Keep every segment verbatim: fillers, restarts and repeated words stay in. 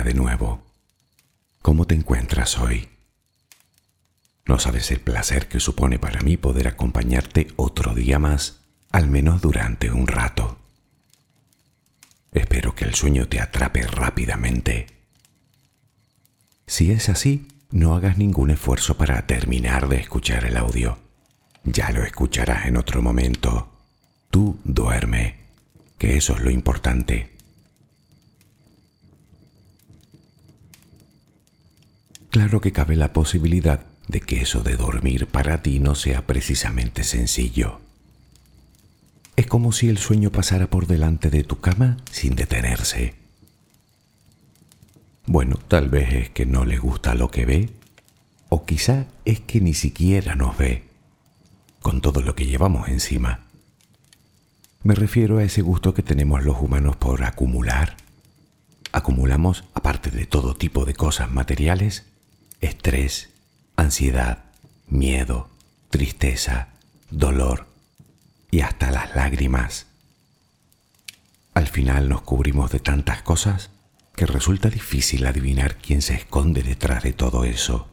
Hola de nuevo. ¿Cómo te encuentras hoy? No sabes el placer que supone para mí poder acompañarte otro día más, al menos durante un rato. Espero que el sueño te atrape rápidamente. Si es así, no hagas ningún esfuerzo para terminar de escuchar el audio. Ya lo escucharás en otro momento. Tú duerme, que eso es lo importante. Claro que cabe la posibilidad de que eso de dormir para ti no sea precisamente sencillo. Es como si el sueño pasara por delante de tu cama sin detenerse. Bueno, tal vez es que no le gusta lo que ve, o quizá es que ni siquiera nos ve, con todo lo que llevamos encima. Me refiero a ese gusto que tenemos los humanos por acumular. Acumulamos, aparte de todo tipo de cosas materiales, estrés, ansiedad, miedo, tristeza, dolor y hasta las lágrimas. Al final nos cubrimos de tantas cosas que resulta difícil adivinar quién se esconde detrás de todo eso.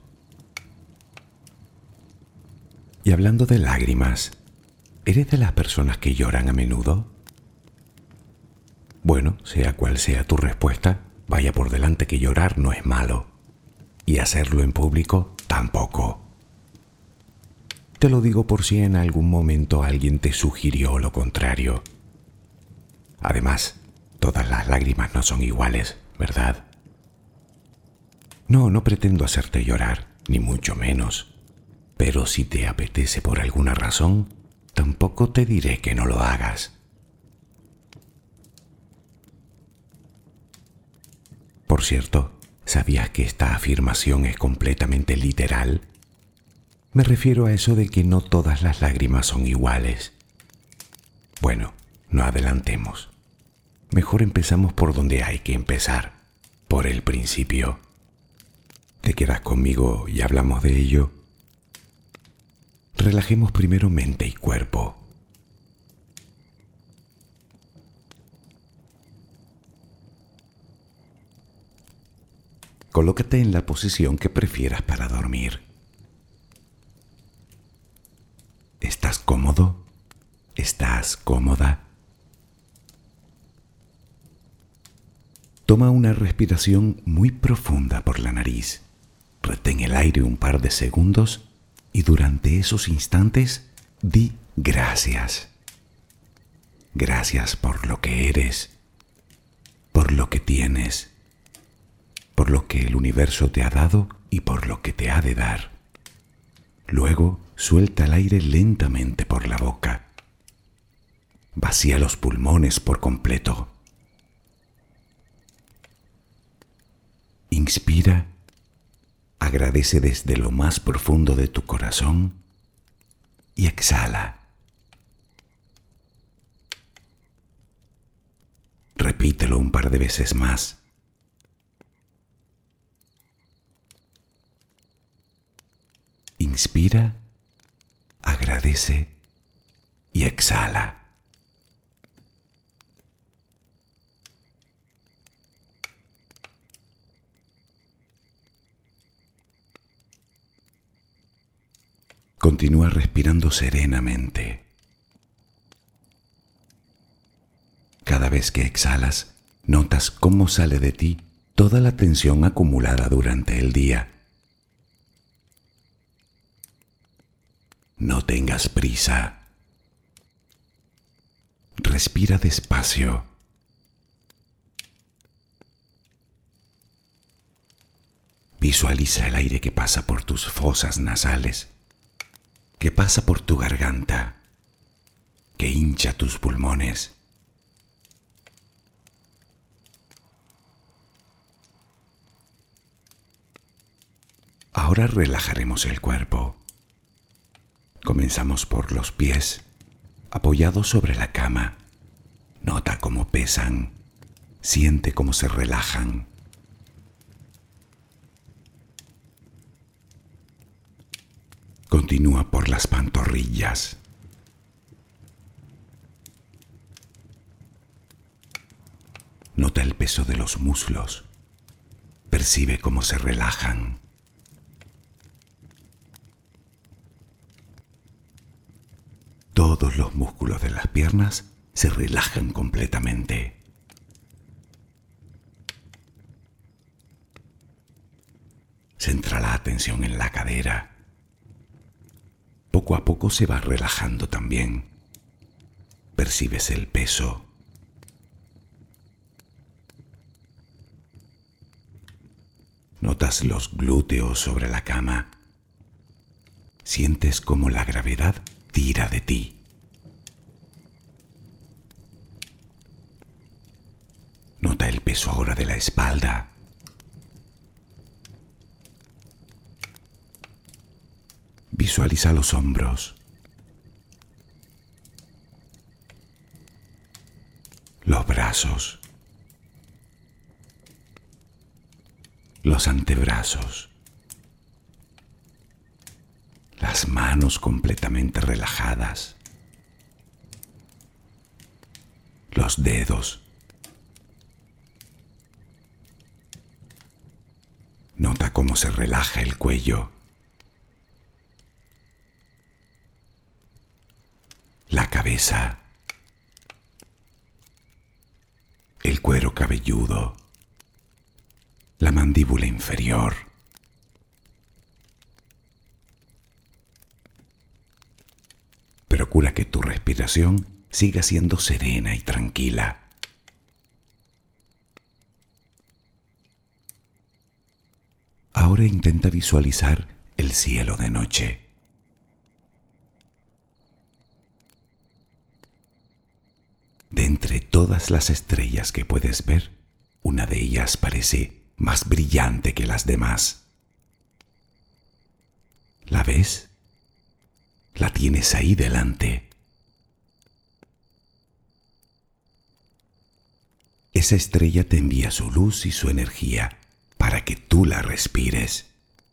Y hablando de lágrimas, ¿eres de las personas que lloran a menudo? Bueno, sea cual sea tu respuesta, vaya por delante que llorar no es malo. Y hacerlo en público tampoco. Te lo digo por si en algún momento alguien te sugirió lo contrario. Además, todas las lágrimas no son iguales, ¿verdad? No, no pretendo hacerte llorar, ni mucho menos. Pero si te apetece por alguna razón, tampoco te diré que no lo hagas. Por cierto, ¿sabías que esta afirmación es completamente literal? Me refiero a eso de que no todas las lágrimas son iguales. Bueno, no adelantemos. Mejor empezamos por donde hay que empezar, por el principio. ¿Te quedas conmigo y hablamos de ello? Relajemos primero mente y cuerpo. Colócate en la posición que prefieras para dormir. ¿Estás cómodo? ¿Estás cómoda? Toma una respiración muy profunda por la nariz. Retén el aire un par de segundos y durante esos instantes di gracias. Gracias por lo que eres, por lo que tienes, por lo que el universo te ha dado y por lo que te ha de dar. Luego, suelta el aire lentamente por la boca. Vacía los pulmones por completo. Inspira, agradece desde lo más profundo de tu corazón y exhala. Repítelo un par de veces más. Inspira, agradece y exhala. Continúa respirando serenamente. Cada vez que exhalas, notas cómo sale de ti toda la tensión acumulada durante el día. No tengas prisa. Respira despacio. Visualiza el aire que pasa por tus fosas nasales, que pasa por tu garganta, que hincha tus pulmones. Ahora relajaremos el cuerpo. Comenzamos por los pies, apoyados sobre la cama. Nota cómo pesan, siente cómo se relajan. Continúa por las pantorrillas. Nota el peso de los muslos, Percibe cómo se relajan. Todos los músculos de las piernas se relajan completamente. Centra la atención en la cadera. Poco a poco se va relajando también. Percibes el peso. Notas los glúteos sobre la cama. Sientes cómo la gravedad tira de ti. Nota el peso ahora de la espalda. Visualiza los hombros, los brazos, los antebrazos, las manos completamente relajadas, los dedos. Nota cómo se relaja el cuello, la cabeza, el cuero cabelludo, la mandíbula inferior. Procura que tu respiración siga siendo serena y tranquila. Ahora intenta visualizar el cielo de noche. De entre todas las estrellas que puedes ver, una de ellas parece más brillante que las demás. ¿La ves? La tienes ahí delante. Esa estrella te envía su luz y su energía para que tú la respires.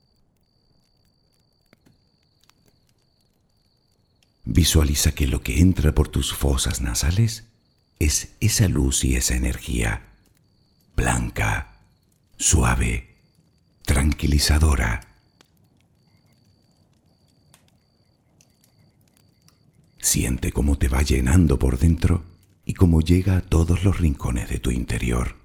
Visualiza que lo que entra por tus fosas nasales es esa luz y esa energía, blanca, suave, tranquilizadora. Siente cómo te va llenando por dentro y cómo llega a todos los rincones de tu interior.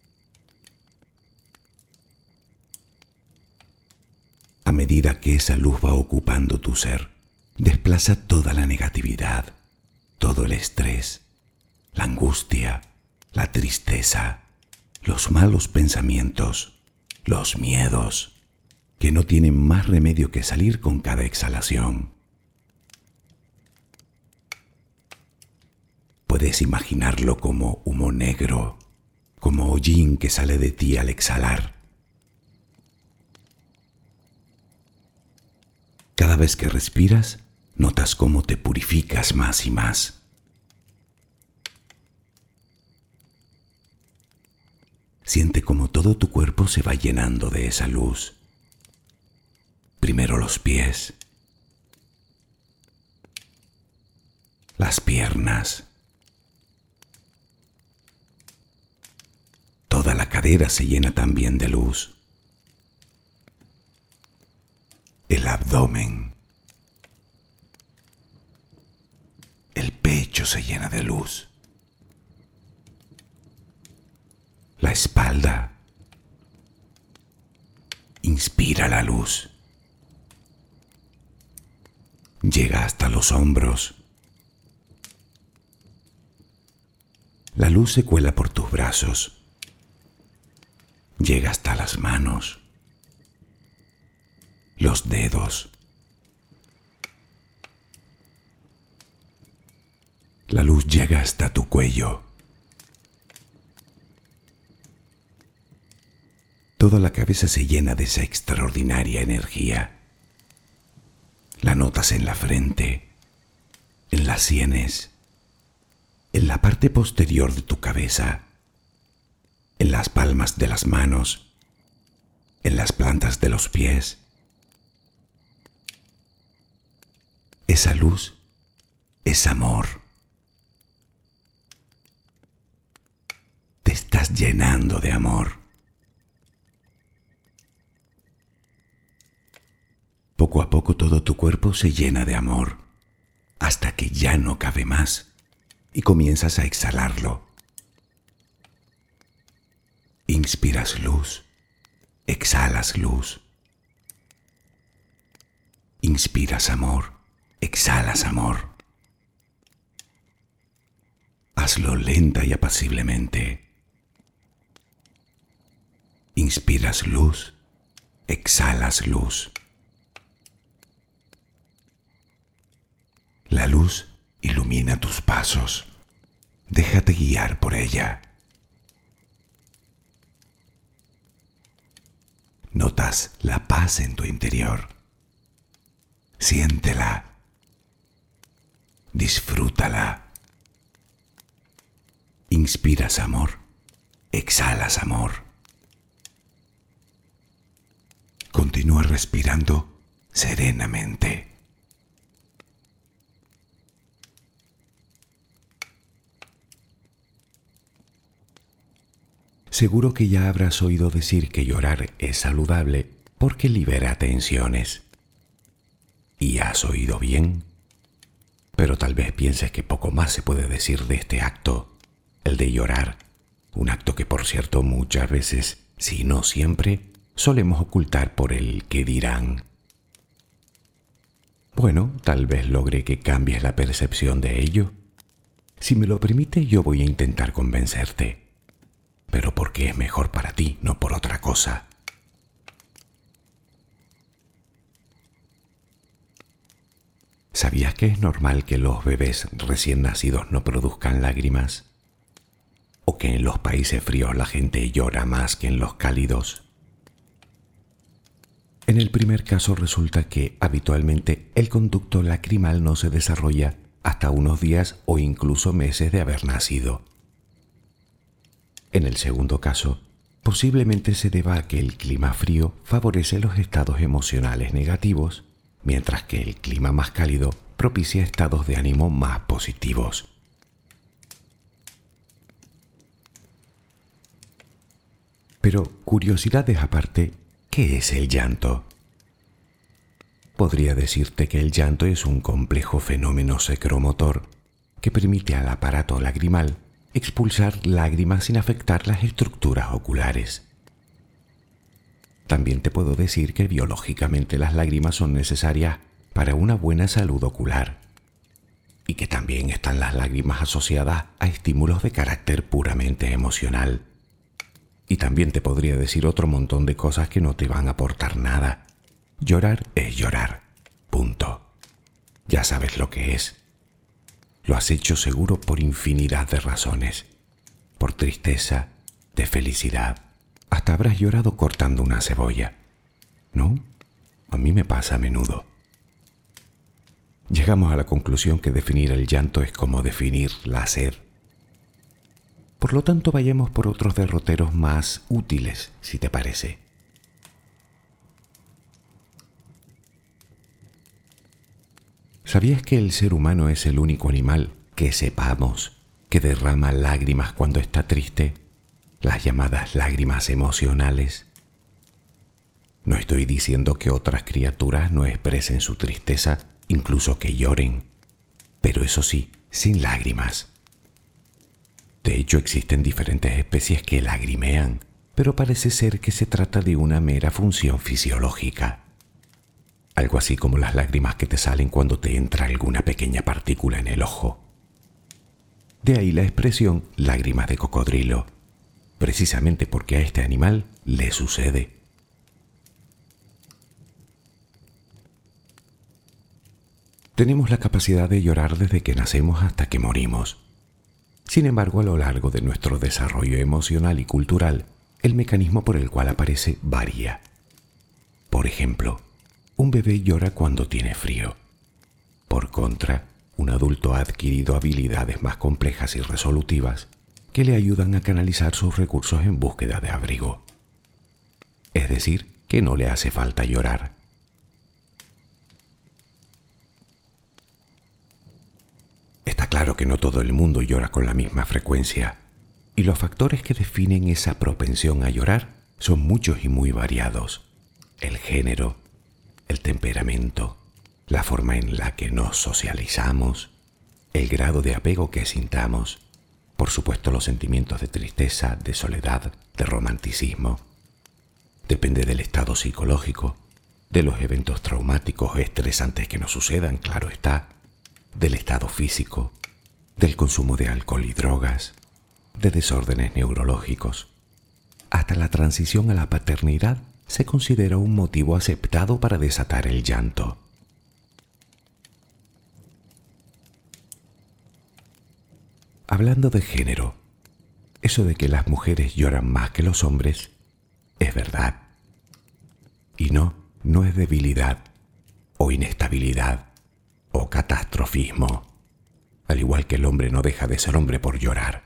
A medida que esa luz va ocupando tu ser, desplaza toda la negatividad, todo el estrés, la angustia, la tristeza, los malos pensamientos, los miedos, que no tienen más remedio que salir con cada exhalación. Puedes imaginarlo como humo negro, como hollín que sale de ti al exhalar. Cada vez que respiras, notas cómo te purificas más y más. Siente cómo todo tu cuerpo se va llenando de esa luz. Primero los pies, las piernas, toda la cadera se llena también de luz. El abdomen, el pecho se llena de luz. La espalda inspira la luz. Llega hasta los hombros. La luz se cuela por tus brazos. Llega hasta las manos, los dedos. La luz llega hasta tu cuello. Toda la cabeza se llena de esa extraordinaria energía. La notas en la frente, en las sienes, en la parte posterior de tu cabeza, en las palmas de las manos, en las plantas de los pies. Esa luz es amor. Te estás llenando de amor. poco todo tu cuerpo se llena de amor, hasta que ya no cabe más y comienzas a exhalarlo. Inspiras luz, exhalas luz. Inspiras amor, exhalas amor. Hazlo lenta y apaciblemente. Inspiras luz, exhalas luz. La luz ilumina tus pasos. Déjate guiar por ella. Notas la paz en tu interior. Siéntela. Disfrútala. Inspiras amor, exhalas amor. Continúa respirando serenamente. Seguro que ya habrás oído decir que llorar es saludable porque libera tensiones. Y has oído bien. Pero tal vez pienses que poco más se puede decir de este acto, el de llorar. Un acto que, por cierto, muchas veces, si no siempre, solemos ocultar por el qué dirán. Bueno, tal vez logre que cambies la percepción de ello. Si me lo permite, yo voy a intentar convencerte. Pero porque es mejor para ti, no por otra cosa. ¿Sabías que es normal que los bebés recién nacidos no produzcan lágrimas? ¿O que en los países fríos la gente llora más que en los cálidos? En el primer caso resulta que habitualmente el conducto lacrimal no se desarrolla hasta unos días o incluso meses de haber nacido. En el segundo caso, posiblemente se deba a que el clima frío favorece los estados emocionales negativos, mientras que el clima más cálido propicia estados de ánimo más positivos. Pero, curiosidades aparte, ¿qué es el llanto? Podría decirte que el llanto es un complejo fenómeno secremotor que permite al aparato lagrimal expulsar lágrimas sin afectar las estructuras oculares. También te puedo decir que biológicamente las lágrimas son necesarias para una buena salud ocular y que también están las lágrimas asociadas a estímulos de carácter puramente emocional. Y también te podría decir otro montón de cosas que no te van a aportar nada. Llorar es llorar. Punto. Ya sabes lo que es. Lo has hecho seguro por infinidad de razones. Por tristeza, de felicidad. Hasta habrás llorado cortando una cebolla. ¿No? A mí me pasa a menudo. Llegamos a la conclusión que definir el llanto es como definir la sed. Por lo tanto, vayamos por otros derroteros más útiles, si te parece. ¿Sabías que el ser humano es el único animal que sepamos que derrama lágrimas cuando está triste? Las llamadas lágrimas emocionales. No estoy diciendo que otras criaturas no expresen su tristeza, incluso que lloren, pero eso sí, sin lágrimas. De hecho, existen diferentes especies que lagrimean, pero parece ser que se trata de una mera función fisiológica. Algo así como las lágrimas que te salen cuando te entra alguna pequeña partícula en el ojo. De ahí la expresión lágrimas de cocodrilo, precisamente porque a este animal le sucede. Tenemos la capacidad de llorar desde que nacemos hasta que morimos. Sin embargo, a lo largo de nuestro desarrollo emocional y cultural, el mecanismo por el cual aparece varía. Por ejemplo, un bebé llora cuando tiene frío. Por contra, un adulto ha adquirido habilidades más complejas y resolutivas que le ayudan a canalizar sus recursos en búsqueda de abrigo. Es decir, que no le hace falta llorar. Está claro que no todo el mundo llora con la misma frecuencia, y los factores que definen esa propensión a llorar son muchos y muy variados. El género, el temperamento, la forma en la que nos socializamos, el grado de apego que sintamos, por supuesto los sentimientos de tristeza, de soledad, de romanticismo. Depende del estado psicológico, de los eventos traumáticos o estresantes que nos sucedan, claro está, del estado físico, del consumo de alcohol y drogas, de desórdenes neurológicos. Hasta la transición a la paternidad se considera un motivo aceptado para desatar el llanto. Hablando de género, eso de que las mujeres lloran más que los hombres es verdad. Y no, no es debilidad, o inestabilidad, o catastrofismo, al igual que el hombre no deja de ser hombre por llorar.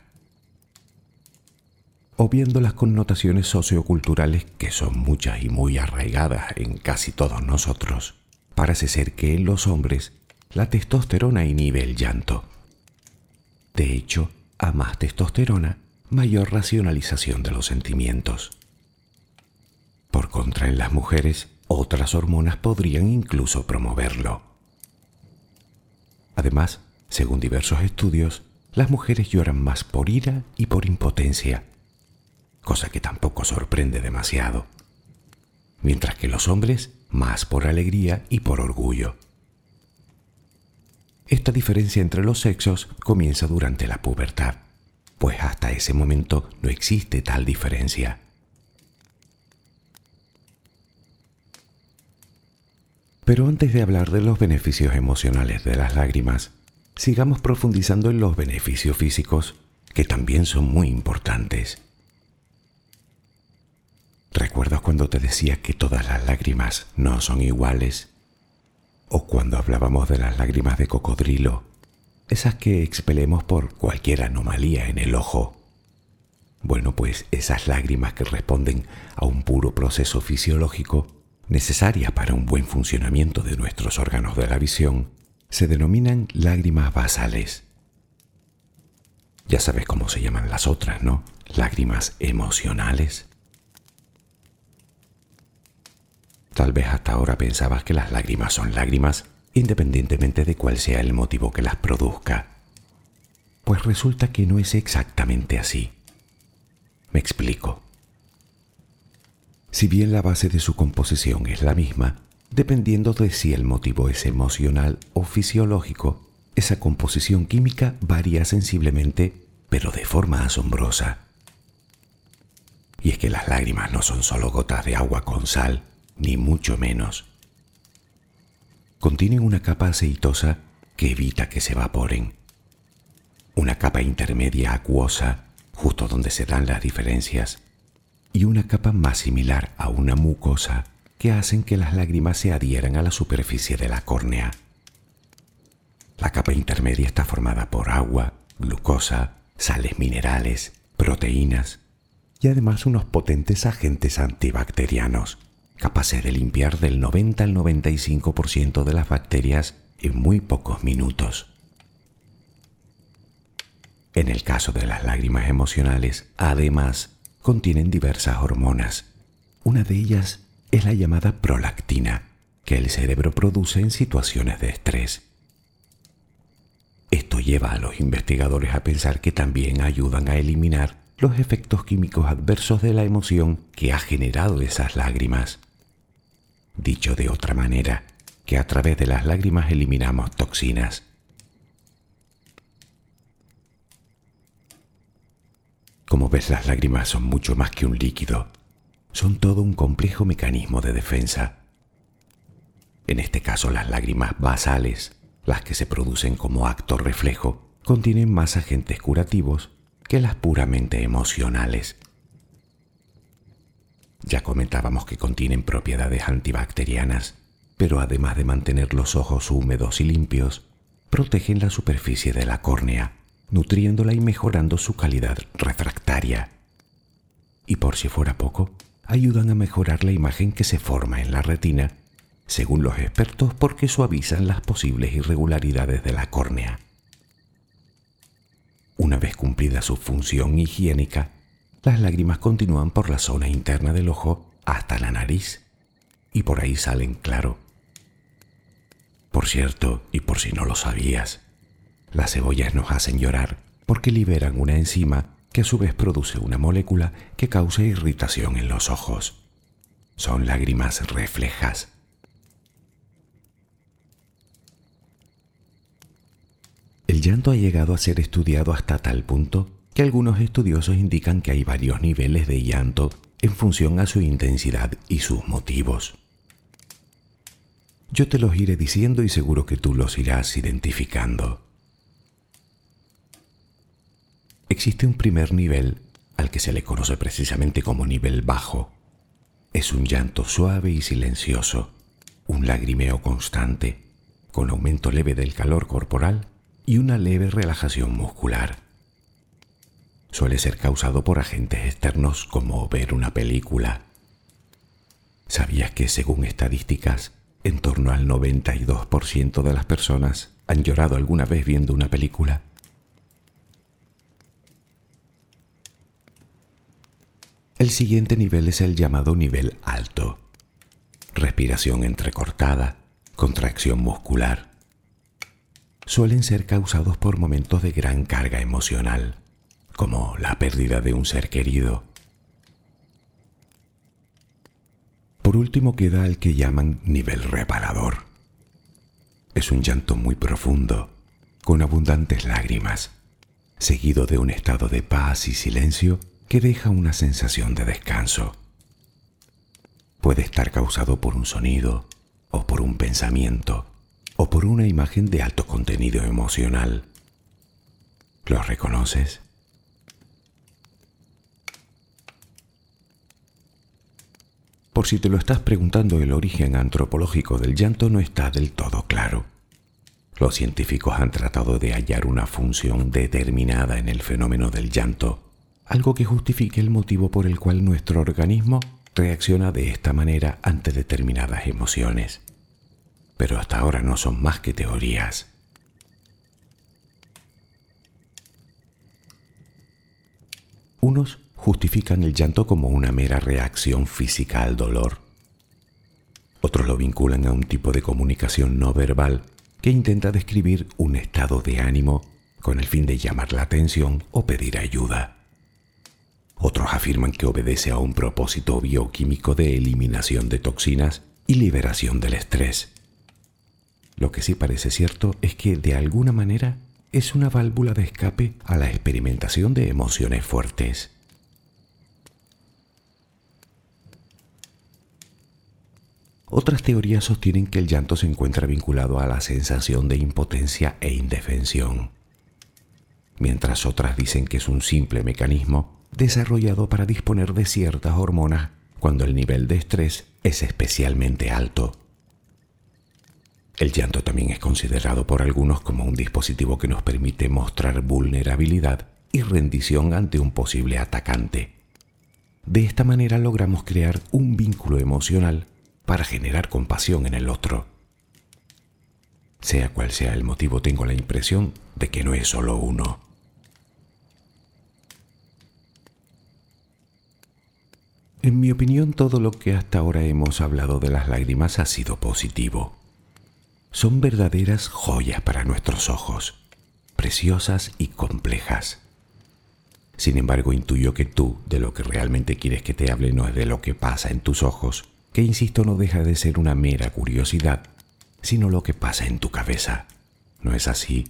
O viendo las connotaciones socioculturales que son muchas y muy arraigadas en casi todos nosotros, parece ser que en los hombres la testosterona inhibe el llanto. De hecho, a más testosterona, mayor racionalización de los sentimientos. Por contra, en las mujeres, otras hormonas podrían incluso promoverlo. Además, según diversos estudios, las mujeres lloran más por ira y por impotencia, cosa que tampoco sorprende demasiado, mientras que los hombres más por alegría y por orgullo. Esta diferencia entre los sexos comienza durante la pubertad, pues hasta ese momento no existe tal diferencia. Pero antes de hablar de los beneficios emocionales de las lágrimas, sigamos profundizando en los beneficios físicos, que también son muy importantes. ¿Recuerdas cuando te decía que todas las lágrimas no son iguales? O cuando hablábamos de las lágrimas de cocodrilo, esas que expelemos por cualquier anomalía en el ojo. Bueno, pues esas lágrimas que responden a un puro proceso fisiológico, necesarias para un buen funcionamiento de nuestros órganos de la visión, se denominan lágrimas basales. Ya sabes cómo se llaman las otras, ¿no? Lágrimas emocionales. Tal vez hasta ahora pensabas que las lágrimas son lágrimas independientemente de cuál sea el motivo que las produzca. Pues resulta que no es exactamente así. Me explico. Si bien la base de su composición es la misma, dependiendo de si el motivo es emocional o fisiológico, esa composición química varía sensiblemente, pero de forma asombrosa. Y es que las lágrimas no son solo gotas de agua con sal, ni mucho menos. Contienen una capa aceitosa que evita que se evaporen, una capa intermedia acuosa, justo donde se dan las diferencias, y una capa más similar a una mucosa que hacen que las lágrimas se adhieran a la superficie de la córnea. La capa intermedia está formada por agua, glucosa, sales minerales, proteínas y además unos potentes agentes antibacterianos, capaces de limpiar del noventa al noventa y cinco por ciento de las bacterias en muy pocos minutos. En el caso de las lágrimas emocionales, además, contienen diversas hormonas. Una de ellas es la llamada prolactina, que el cerebro produce en situaciones de estrés. Esto lleva a los investigadores a pensar que también ayudan a eliminar los efectos químicos adversos de la emoción que ha generado esas lágrimas. Dicho de otra manera, que a través de las lágrimas eliminamos toxinas. Como ves, las lágrimas son mucho más que un líquido. Son todo un complejo mecanismo de defensa. En este caso, las lágrimas basales, las que se producen como acto reflejo, contienen más agentes curativos que las puramente emocionales. Ya comentábamos que contienen propiedades antibacterianas, pero además de mantener los ojos húmedos y limpios, protegen la superficie de la córnea, nutriéndola y mejorando su calidad refractaria. Y por si fuera poco, ayudan a mejorar la imagen que se forma en la retina, según los expertos, porque suavizan las posibles irregularidades de la córnea. Una vez cumplida su función higiénica, las lágrimas continúan por la zona interna del ojo hasta la nariz, y por ahí salen, claro. Por cierto, y por si no lo sabías, las cebollas nos hacen llorar porque liberan una enzima que a su vez produce una molécula que causa irritación en los ojos. Son lágrimas reflejas. El llanto ha llegado a ser estudiado hasta tal punto que algunos estudiosos indican que hay varios niveles de llanto en función a su intensidad y sus motivos. Yo te los iré diciendo y seguro que tú los irás identificando. Existe un primer nivel al que se le conoce precisamente como nivel bajo. Es un llanto suave y silencioso, un lagrimeo constante, con aumento leve del calor corporal y una leve relajación muscular. Suele ser causado por agentes externos como ver una película. ¿Sabías que, según estadísticas, en torno al noventa y dos por ciento de las personas han llorado alguna vez viendo una película? El siguiente nivel es el llamado nivel alto. Respiración entrecortada, contracción muscular. Suelen ser causados por momentos de gran carga emocional, como la pérdida de un ser querido. Por último queda el que llaman nivel reparador. Es un llanto muy profundo, con abundantes lágrimas, seguido de un estado de paz y silencio que deja una sensación de descanso. Puede estar causado por un sonido, o por un pensamiento, o por una imagen de alto contenido emocional. ¿Lo reconoces? Por si te lo estás preguntando, el origen antropológico del llanto no está del todo claro. Los científicos han tratado de hallar una función determinada en el fenómeno del llanto, algo que justifique el motivo por el cual nuestro organismo reacciona de esta manera ante determinadas emociones. Pero hasta ahora no son más que teorías. Unos justifican el llanto como una mera reacción física al dolor. Otros lo vinculan a un tipo de comunicación no verbal que intenta describir un estado de ánimo con el fin de llamar la atención o pedir ayuda. Otros afirman que obedece a un propósito bioquímico de eliminación de toxinas y liberación del estrés. Lo que sí parece cierto es que, de alguna manera, es una válvula de escape a la experimentación de emociones fuertes. Otras teorías sostienen que el llanto se encuentra vinculado a la sensación de impotencia e indefensión, mientras otras dicen que es un simple mecanismo desarrollado para disponer de ciertas hormonas cuando el nivel de estrés es especialmente alto. El llanto también es considerado por algunos como un dispositivo que nos permite mostrar vulnerabilidad y rendición ante un posible atacante. De esta manera logramos crear un vínculo emocional para generar compasión en el otro. Sea cual sea el motivo, tengo la impresión de que no es solo uno. En mi opinión, todo lo que hasta ahora hemos hablado de las lágrimas ha sido positivo. Son verdaderas joyas para nuestros ojos, preciosas y complejas. Sin embargo, intuyo que tú, de lo que realmente quieres que te hable, no es de lo que pasa en tus ojos, que insisto no deja de ser una mera curiosidad, sino lo que pasa en tu cabeza. ¿No es así?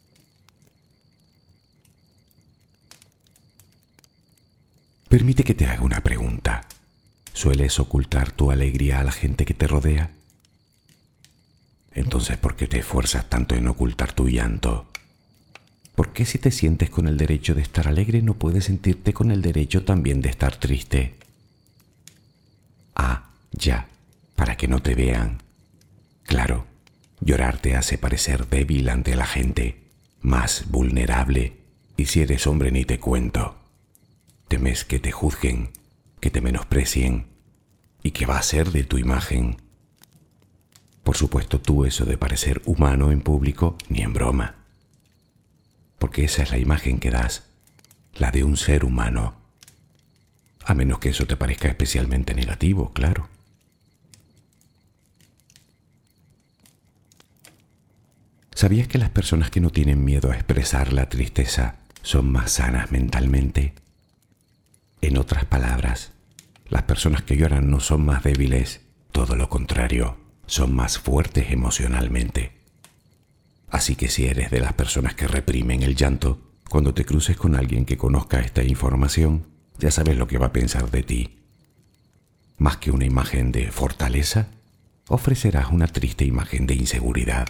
Permite que te haga una pregunta. ¿Sueles ocultar tu alegría a la gente que te rodea? Entonces, ¿por qué te esfuerzas tanto en ocultar tu llanto? ¿Por qué, si te sientes con el derecho de estar alegre, no puedes sentirte con el derecho también de estar triste? Ah, ya, para que no te vean. Claro, llorar te hace parecer débil ante la gente, más vulnerable, y si eres hombre ni te cuento. Temes que te juzguen, que te menosprecien, y que va a ser de tu imagen. Por supuesto, tú eso de parecer humano en público, ni en broma. Porque esa es la imagen que das, la de un ser humano. A menos que eso te parezca especialmente negativo, claro. ¿Sabías que las personas que no tienen miedo a expresar la tristeza son más sanas mentalmente? En otras palabras, las personas que lloran no son más débiles, todo lo contrario, son más fuertes emocionalmente. Así que si eres de las personas que reprimen el llanto, cuando te cruces con alguien que conozca esta información, ya sabes lo que va a pensar de ti. Más que una imagen de fortaleza, ofrecerás una triste imagen de inseguridad.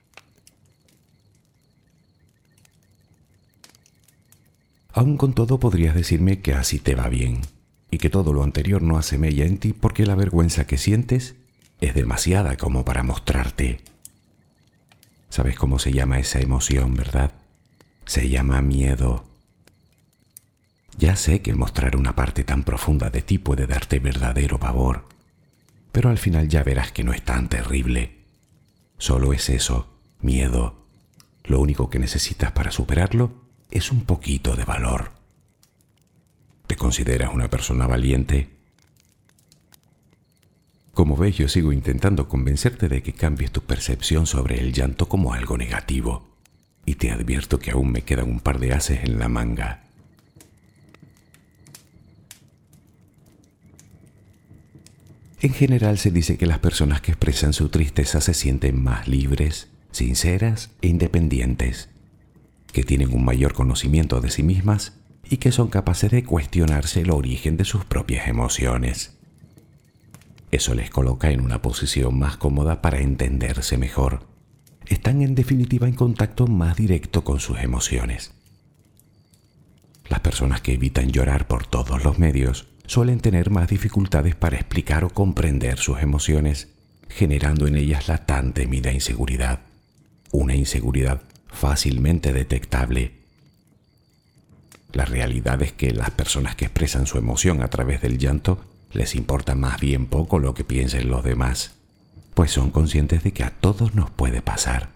Aún con todo podrías decirme que así te va bien y que todo lo anterior no hace mella en ti porque la vergüenza que sientes es demasiada como para mostrarte. ¿Sabes cómo se llama esa emoción, verdad? Se llama miedo. Ya sé que mostrar una parte tan profunda de ti puede darte verdadero pavor, pero al final ya verás que no es tan terrible. Solo es eso, miedo. Lo único que necesitas para superarlo es un poquito de valor. ¿Te consideras una persona valiente? Como ves, yo sigo intentando convencerte de que cambies tu percepción sobre el llanto como algo negativo, y te advierto que aún me quedan un par de ases en la manga. En general se dice que las personas que expresan su tristeza se sienten más libres, sinceras e independientes, que tienen un mayor conocimiento de sí mismas y que son capaces de cuestionarse el origen de sus propias emociones. Eso les coloca en una posición más cómoda para entenderse mejor. Están en definitiva en contacto más directo con sus emociones. Las personas que evitan llorar por todos los medios suelen tener más dificultades para explicar o comprender sus emociones, generando en ellas la tan temida inseguridad. Una inseguridad fácilmente detectable. La realidad es que las personas que expresan su emoción a través del llanto les importa más bien poco lo que piensen los demás, pues son conscientes de que a todos nos puede pasar.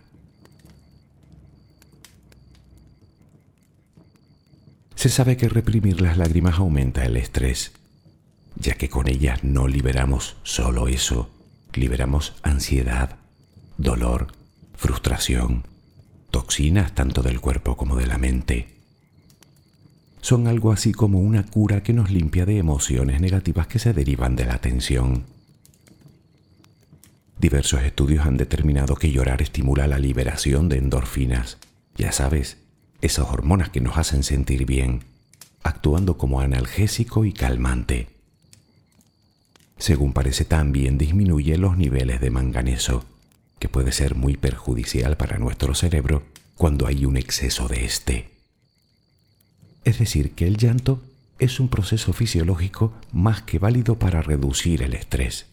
Se sabe que reprimir las lágrimas aumenta el estrés, ya que con ellas no liberamos solo eso, liberamos ansiedad, dolor, frustración, toxinas tanto del cuerpo como de la mente. Son algo así como una cura que nos limpia de emociones negativas que se derivan de la tensión. Diversos estudios han determinado que llorar estimula la liberación de endorfinas, ya sabes, esas hormonas que nos hacen sentir bien, actuando como analgésico y calmante. Según parece, también disminuye los niveles de manganeso, que puede ser muy perjudicial para nuestro cerebro cuando hay un exceso de este. Es decir, que el llanto es un proceso fisiológico más que válido para reducir el estrés.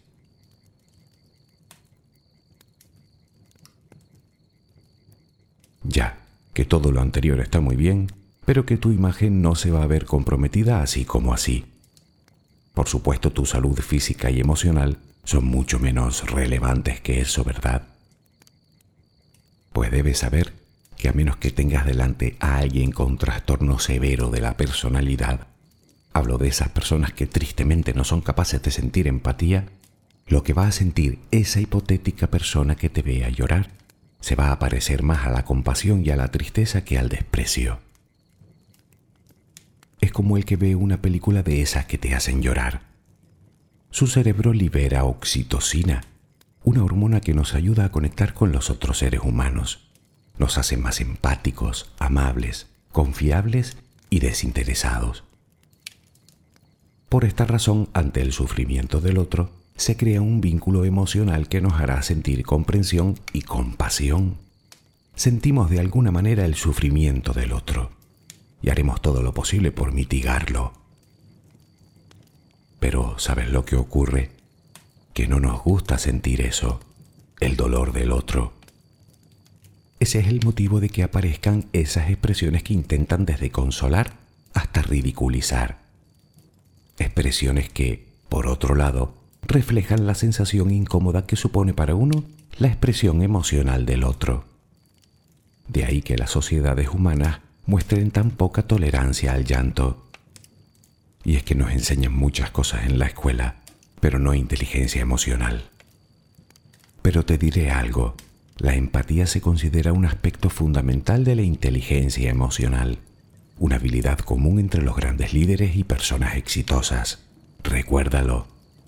Ya, que todo lo anterior está muy bien, pero que tu imagen no se va a ver comprometida así como así. Por supuesto, tu salud física y emocional son mucho menos relevantes que eso, ¿verdad? Pues debes saber que a menos que tengas delante a alguien con trastorno severo de la personalidad, hablo de esas personas que tristemente no son capaces de sentir empatía, lo que va a sentir esa hipotética persona que te vea llorar se va a parecer más a la compasión y a la tristeza que al desprecio. Es como el que ve una película de esas que te hacen llorar. Su cerebro libera oxitocina, una hormona que nos ayuda a conectar con los otros seres humanos. Nos hace más empáticos, amables, confiables y desinteresados. Por esta razón, ante el sufrimiento del otro, se crea un vínculo emocional que nos hará sentir comprensión y compasión. Sentimos de alguna manera el sufrimiento del otro y haremos todo lo posible por mitigarlo. Pero ¿sabes lo que ocurre? Que no nos gusta sentir eso, el dolor del otro. Ese es el motivo de que aparezcan esas expresiones que intentan desde consolar hasta ridiculizar. Expresiones que, por otro lado, reflejan la sensación incómoda que supone para uno la expresión emocional del otro. De ahí que las sociedades humanas muestren tan poca tolerancia al llanto. Y es que nos enseñan muchas cosas en la escuela, pero no inteligencia emocional. Pero te diré algo, La empatía se considera un aspecto fundamental de la inteligencia emocional, una habilidad común entre los grandes líderes y personas exitosas. Recuérdalo.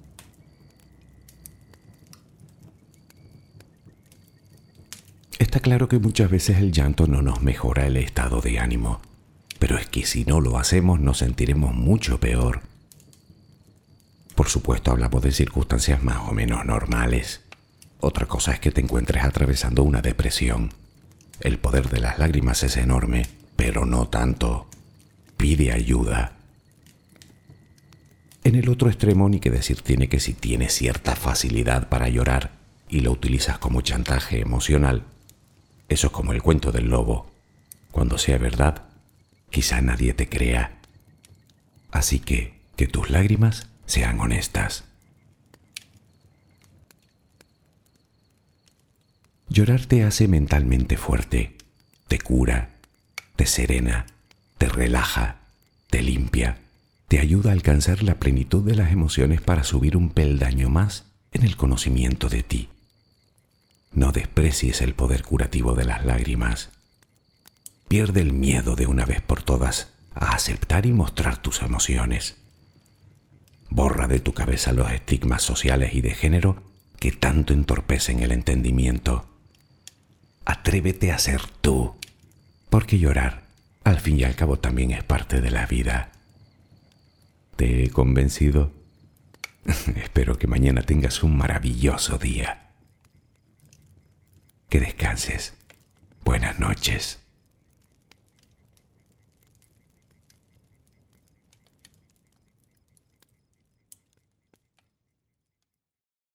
Está claro que muchas veces el llanto no nos mejora el estado de ánimo, pero es que si no lo hacemos nos sentiremos mucho peor. Por supuesto, hablamos de circunstancias más o menos normales. Otra cosa es que te encuentres atravesando una depresión. El poder de las lágrimas es enorme, pero no tanto. Pide ayuda. En el otro extremo, ni que decir tiene que si tienes cierta facilidad para llorar y lo utilizas como chantaje emocional, eso es como el cuento del lobo. Cuando sea verdad, quizá nadie te crea. Así que, que tus lágrimas sean honestas. Llorar te hace mentalmente fuerte, te cura, te serena, te relaja, te limpia, te ayuda a alcanzar la plenitud de las emociones para subir un peldaño más en el conocimiento de ti. No desprecies el poder curativo de las lágrimas. Pierde el miedo de una vez por todas a aceptar y mostrar tus emociones. Borra de tu cabeza los estigmas sociales y de género que tanto entorpecen el entendimiento. Atrévete a ser tú, porque llorar, al fin y al cabo, también es parte de la vida. ¿Te he convencido? Espero que mañana tengas un maravilloso día. Que descanses. Buenas noches.